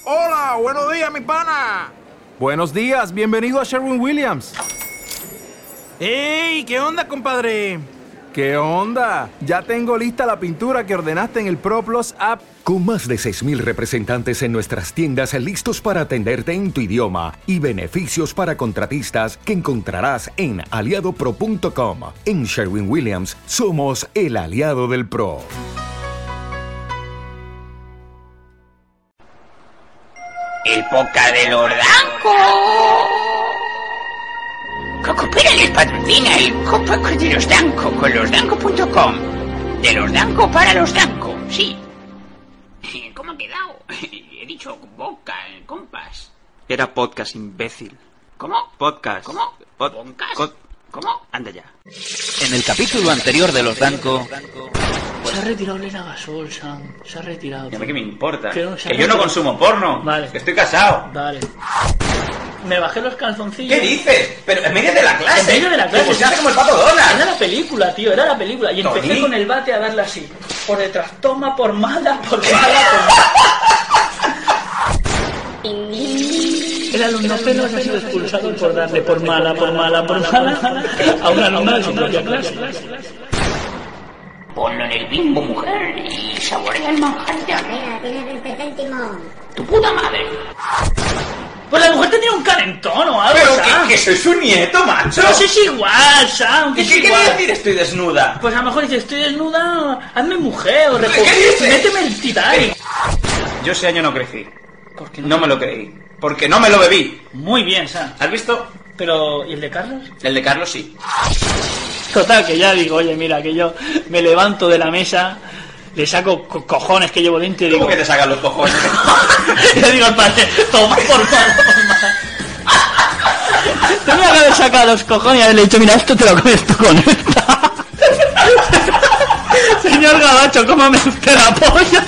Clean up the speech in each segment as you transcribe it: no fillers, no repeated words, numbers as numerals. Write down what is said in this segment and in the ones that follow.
Hola, buenos días, mi pana. Buenos días, bienvenido a Sherwin-Williams. ¡Ey! ¿Qué onda, compadre? ¿Qué onda? Ya tengo lista la pintura que ordenaste en el ProPlus app. Con más de 6,000 representantes en nuestras tiendas listos para atenderte en tu idioma y beneficios para contratistas que encontrarás en aliadopro.com. En Sherwin-Williams somos el aliado del pro. El podcast de los Danco. Cocopera les patrocina el podcast de los Danco con losdanco.com. De los Danco para los Danco, sí. ¿Cómo ha quedado? He dicho boca, compas. Era podcast, imbécil. ¿Cómo? Podcast. ¿Cómo? ¿Podcast? ¿Cómo? Anda ya. En el capítulo anterior de los Danco... Se ha retirado Elena Gasol, Sam. Se ha retirado. ¿Y a mí qué me importa? Que yo no consumo porno. Vale. Que estoy casado. Vale. Me bajé los calzoncillos. ¿Qué dices? Pero en medio de la clase. En medio de la clase. Te pusiste como el Pato Donald. Era la película, tío. Era la película. Y empecé Tony. con el bate a darle así. Por detrás. Toma por mala, por mala, por mala. El alumno Pelos ha sido expulsado por darle por mala a una alumna de su propia clase. Ponlo en el Bimbo, mujer, y saborea el manjar. Venga, tienes 20 céntimos. ¡Tu puta madre! Pues la mujer tenía un calentón o algo, Pero Sam. que soy su nieto, macho. Pero si es igual, Sam, que ¿Y es qué igual. quiere decir estoy desnuda? Pues a lo mejor dice, estoy desnuda, hazme mujer o ¿Qué dices? méteme el Titanic. Yo ese año no crecí. ¿Por qué No me lo creí. Porque no me lo bebí. Muy bien, Sam. ¿Has visto? Pero, ¿y el de Carlos? El de Carlos sí. Total, que ya digo, oye, mira, que yo me levanto de la mesa, le saco cojones que llevo dentro y digo... ¿Cómo que te sacan los cojones? Le digo al padre, toma por mala, por mala. Tenía que haber sacado los cojones y haberle dicho, mira, esto te lo comes tú con esta. Señor Gabacho, cómame usted la polla.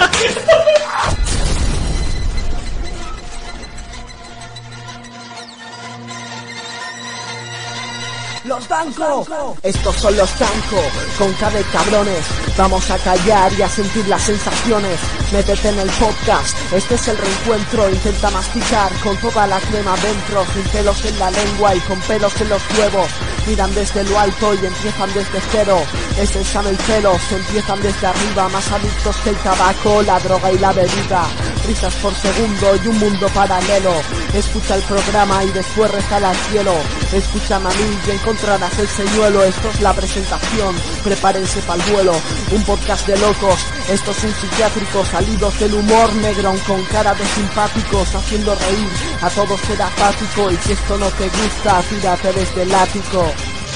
¡Los Danco! Estos son los Danco, con K de cabrones. Vamos a callar y a sentir las sensaciones. Métete en el podcast, este es el reencuentro. Intenta masticar con toda la crema dentro, sin pelos en la lengua y con pelos en los huevos. Miran desde lo alto y empiezan desde cero. Es el sano y celos, empiezan desde arriba. Más adictos que el tabaco, la droga y la bebida. Risas por segundo y un mundo paralelo. Escucha el programa y después rezala al cielo. Escúchame a mí y encontrarás el señuelo. Esto es la presentación, prepárense para el vuelo. Un podcast de locos, estos son psiquiátricos, salidos del humor negro, aun con cara de simpáticos, haciendo reír a todos ser apático. Y si esto no te gusta, tírate desde el ático.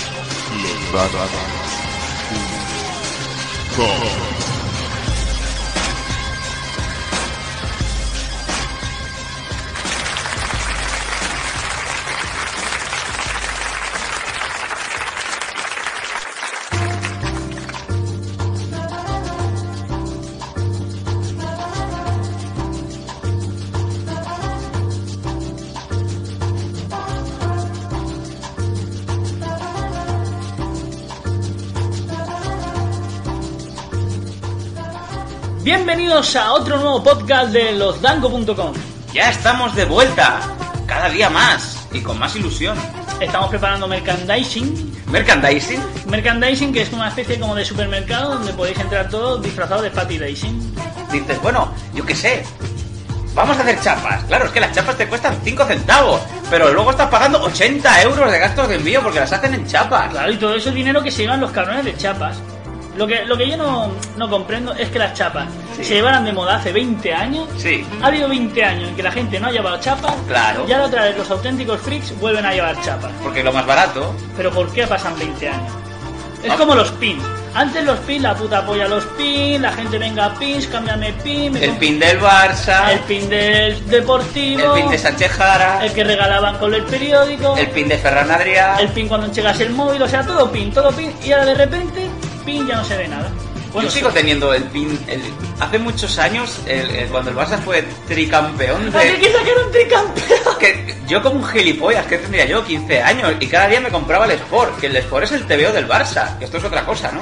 Bienvenidos a otro nuevo podcast de losdanco.com. Ya estamos de vuelta. Cada día más. Y con más ilusión. Estamos preparando merchandising. ¿Merchandising? Merchandising, que es una especie como de supermercado donde podéis entrar todos disfrazados de Fatty Dicing. Dices, bueno, yo qué sé. Vamos a hacer chapas. Claro, es que las chapas te cuestan 5 centavos. Pero luego estás pagando 80 euros de gastos de envío porque las hacen en chapas. Claro, y todo eso es dinero que se llevan los cabrones de chapas. Lo que yo no comprendo es que las chapas se llevaran de moda hace 20 años. Sí. Ha habido 20 años en que la gente no ha llevado chapas. Claro. Y ahora otra vez los auténticos freaks vuelven a llevar chapas. Porque es lo más barato. Pero ¿por qué pasan 20 años? Es Ah. como los pins. Antes los pins, la puta polla los pins, la gente venga pins, cámbiame pin. El pin del Barça. El pin del Deportivo. El pin de Sánchez Jara. El que regalaban con el periódico. El pin de Ferran Adrià. El pin cuando llegas el móvil, o sea, todo pin. Y ahora de repente, pin ya no se ve nada. Bueno, yo sigo teniendo el pin. Hace muchos años, cuando el Barça fue tricampeón. ¿Para qué sacaron tricampeón? Que yo como un gilipollas, que tendría yo 15 años, y cada día me compraba el Sport, que el Sport es el TVO del Barça, que esto es otra cosa, ¿no?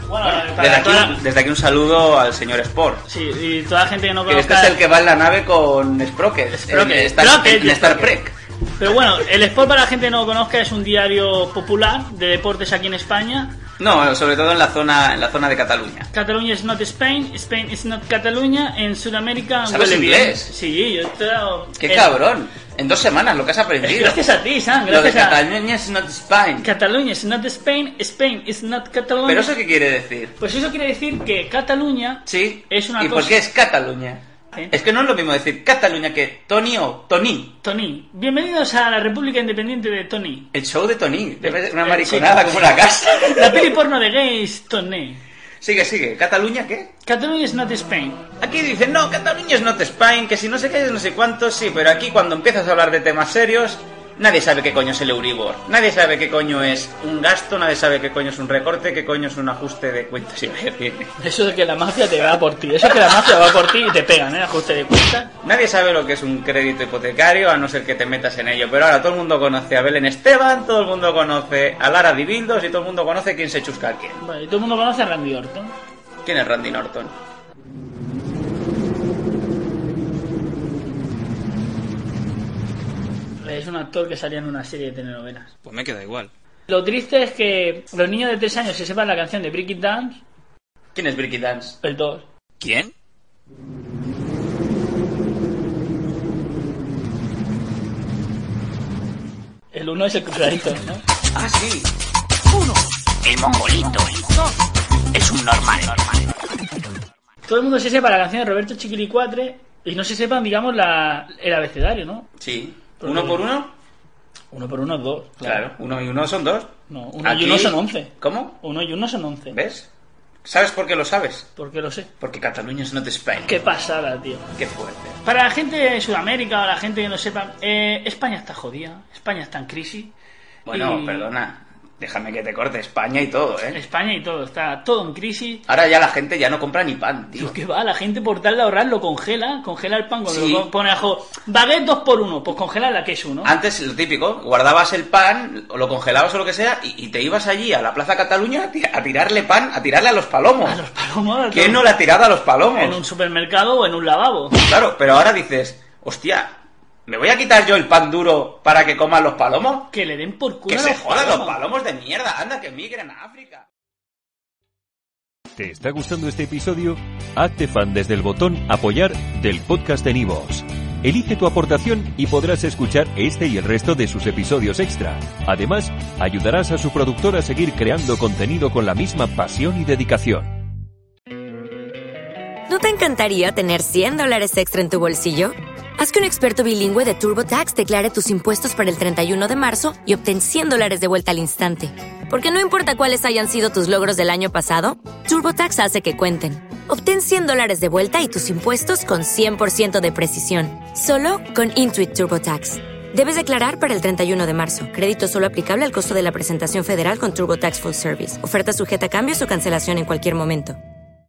Bueno, desde aquí un saludo al señor Sport. Sí, y toda la gente que no Que conozca... este es el que va en la nave con Sprocket. En Star Trek. Pero bueno, el Sport, para la gente que no lo conozca, es un diario popular de deportes aquí en España. No, sobre todo en la zona de Cataluña. Cataluña is not Spain, Spain is not Cataluña. En Sudamérica ¿Sabes huele inglés? bien. Sí, yo he estado... ¡Qué cabrón! En 2 semanas lo que has aprendido. Gracias a ti, Sam. Lo de Gracias a... Cataluña is not Spain. Cataluña is not Spain, Spain is not Cataluña. ¿Pero eso qué quiere decir? Pues eso quiere decir que Cataluña Sí. es una ¿Y cosa... por qué es Cataluña? ¿Sí? Es que no es lo mismo decir Cataluña que Tony o Tony. Tony. Bienvenidos a la República Independiente de Tony. El show de Tony. Debe ser una mariconada como una casa. La peli porno de gays, Tony. Sigue. ¿Cataluña qué? Cataluña is not Spain. Aquí dicen, no, Cataluña es not Spain, que si no sé qué, no sé cuántos, sí, pero aquí cuando empiezas a hablar de temas serios, nadie sabe qué coño es el Euribor, nadie sabe qué coño es un gasto, nadie sabe qué coño es un recorte, qué coño es un ajuste de cuentas. Eso de que la mafia te va por ti, eso es que la mafia va por ti y te pegan, ajuste de cuentas. Nadie sabe lo que es un crédito hipotecario, a no ser que te metas en ello, pero ahora todo el mundo conoce a Belén Esteban, todo el mundo conoce a Lara Dibildos y todo el mundo conoce quién se chusca a quién. Bueno, y todo el mundo conoce a Randy Orton. ¿Quién es Randy Norton? Es un actor que salía en una serie de telenovelas. Pues me queda igual. Lo triste es que los niños de 3 años se sepan la canción de Break It Dance. ¿Quién es Bricky Dance? El 2. ¿Quién? El 1 es el clarito, ¿no? Ah, sí. El mongolito. Es un normal. Todo el mundo se sepa la canción de Roberto Chiquilicuatre y no se sepan, digamos, el abecedario, ¿no? Sí. ¿Uno por uno? 1 por 1 es 2. Claro. 1 y 1 son 2. No, 1 Aquí... y 1 son 11. ¿Cómo? 1 y 1 son 11. ¿Ves? ¿Sabes por qué lo sabes? ¿Por qué lo sé? Porque Cataluña es not Spain. Qué pasada, tío. Qué fuerte. Para la gente de Sudamérica o la gente que no sepa, España está jodida, España está en crisis. Bueno, y... perdona. Déjame que te corte España y todo, ¿eh? España y todo, está todo en crisis. Ahora ya la gente ya no compra ni pan, tío. Tío, ¿qué va? La gente por tal de ahorrar lo congela el pan cuando Sí. lo pone abajo. Baguette 2 por 1, pues congela la queso, ¿no? Antes, lo típico, guardabas el pan, o lo congelabas o lo que sea, y te ibas allí a la Plaza Cataluña a tirarle pan, a tirarle a los palomos. A los palomos. ¿Quién no le ha tirado a los palomos? En un supermercado o en un lavabo. Claro, pero ahora dices, hostia, ¿me voy a quitar yo el pan duro para que coman los palomos? Que le den por culo Que a se los jodan los palomos. palomos de mierda, anda, que migren a África. ¿Te está gustando este episodio? Hazte fan desde el botón Apoyar del podcast de Nivos. Elige tu aportación y podrás escuchar este y el resto de sus episodios extra. Además, ayudarás a su productor a seguir creando contenido con la misma pasión y dedicación. ¿No te encantaría tener $100 extra en tu bolsillo? Haz que un experto bilingüe de TurboTax declare tus impuestos para el 31 de marzo y obtén $100 de vuelta al instante. Porque no importa cuáles hayan sido tus logros del año pasado, TurboTax hace que cuenten. Obtén $100 de vuelta y tus impuestos con 100% de precisión. Solo con Intuit TurboTax. Debes declarar para el 31 de marzo. Crédito solo aplicable al costo de la presentación federal con TurboTax Full Service. Oferta sujeta a cambios o cancelación en cualquier momento.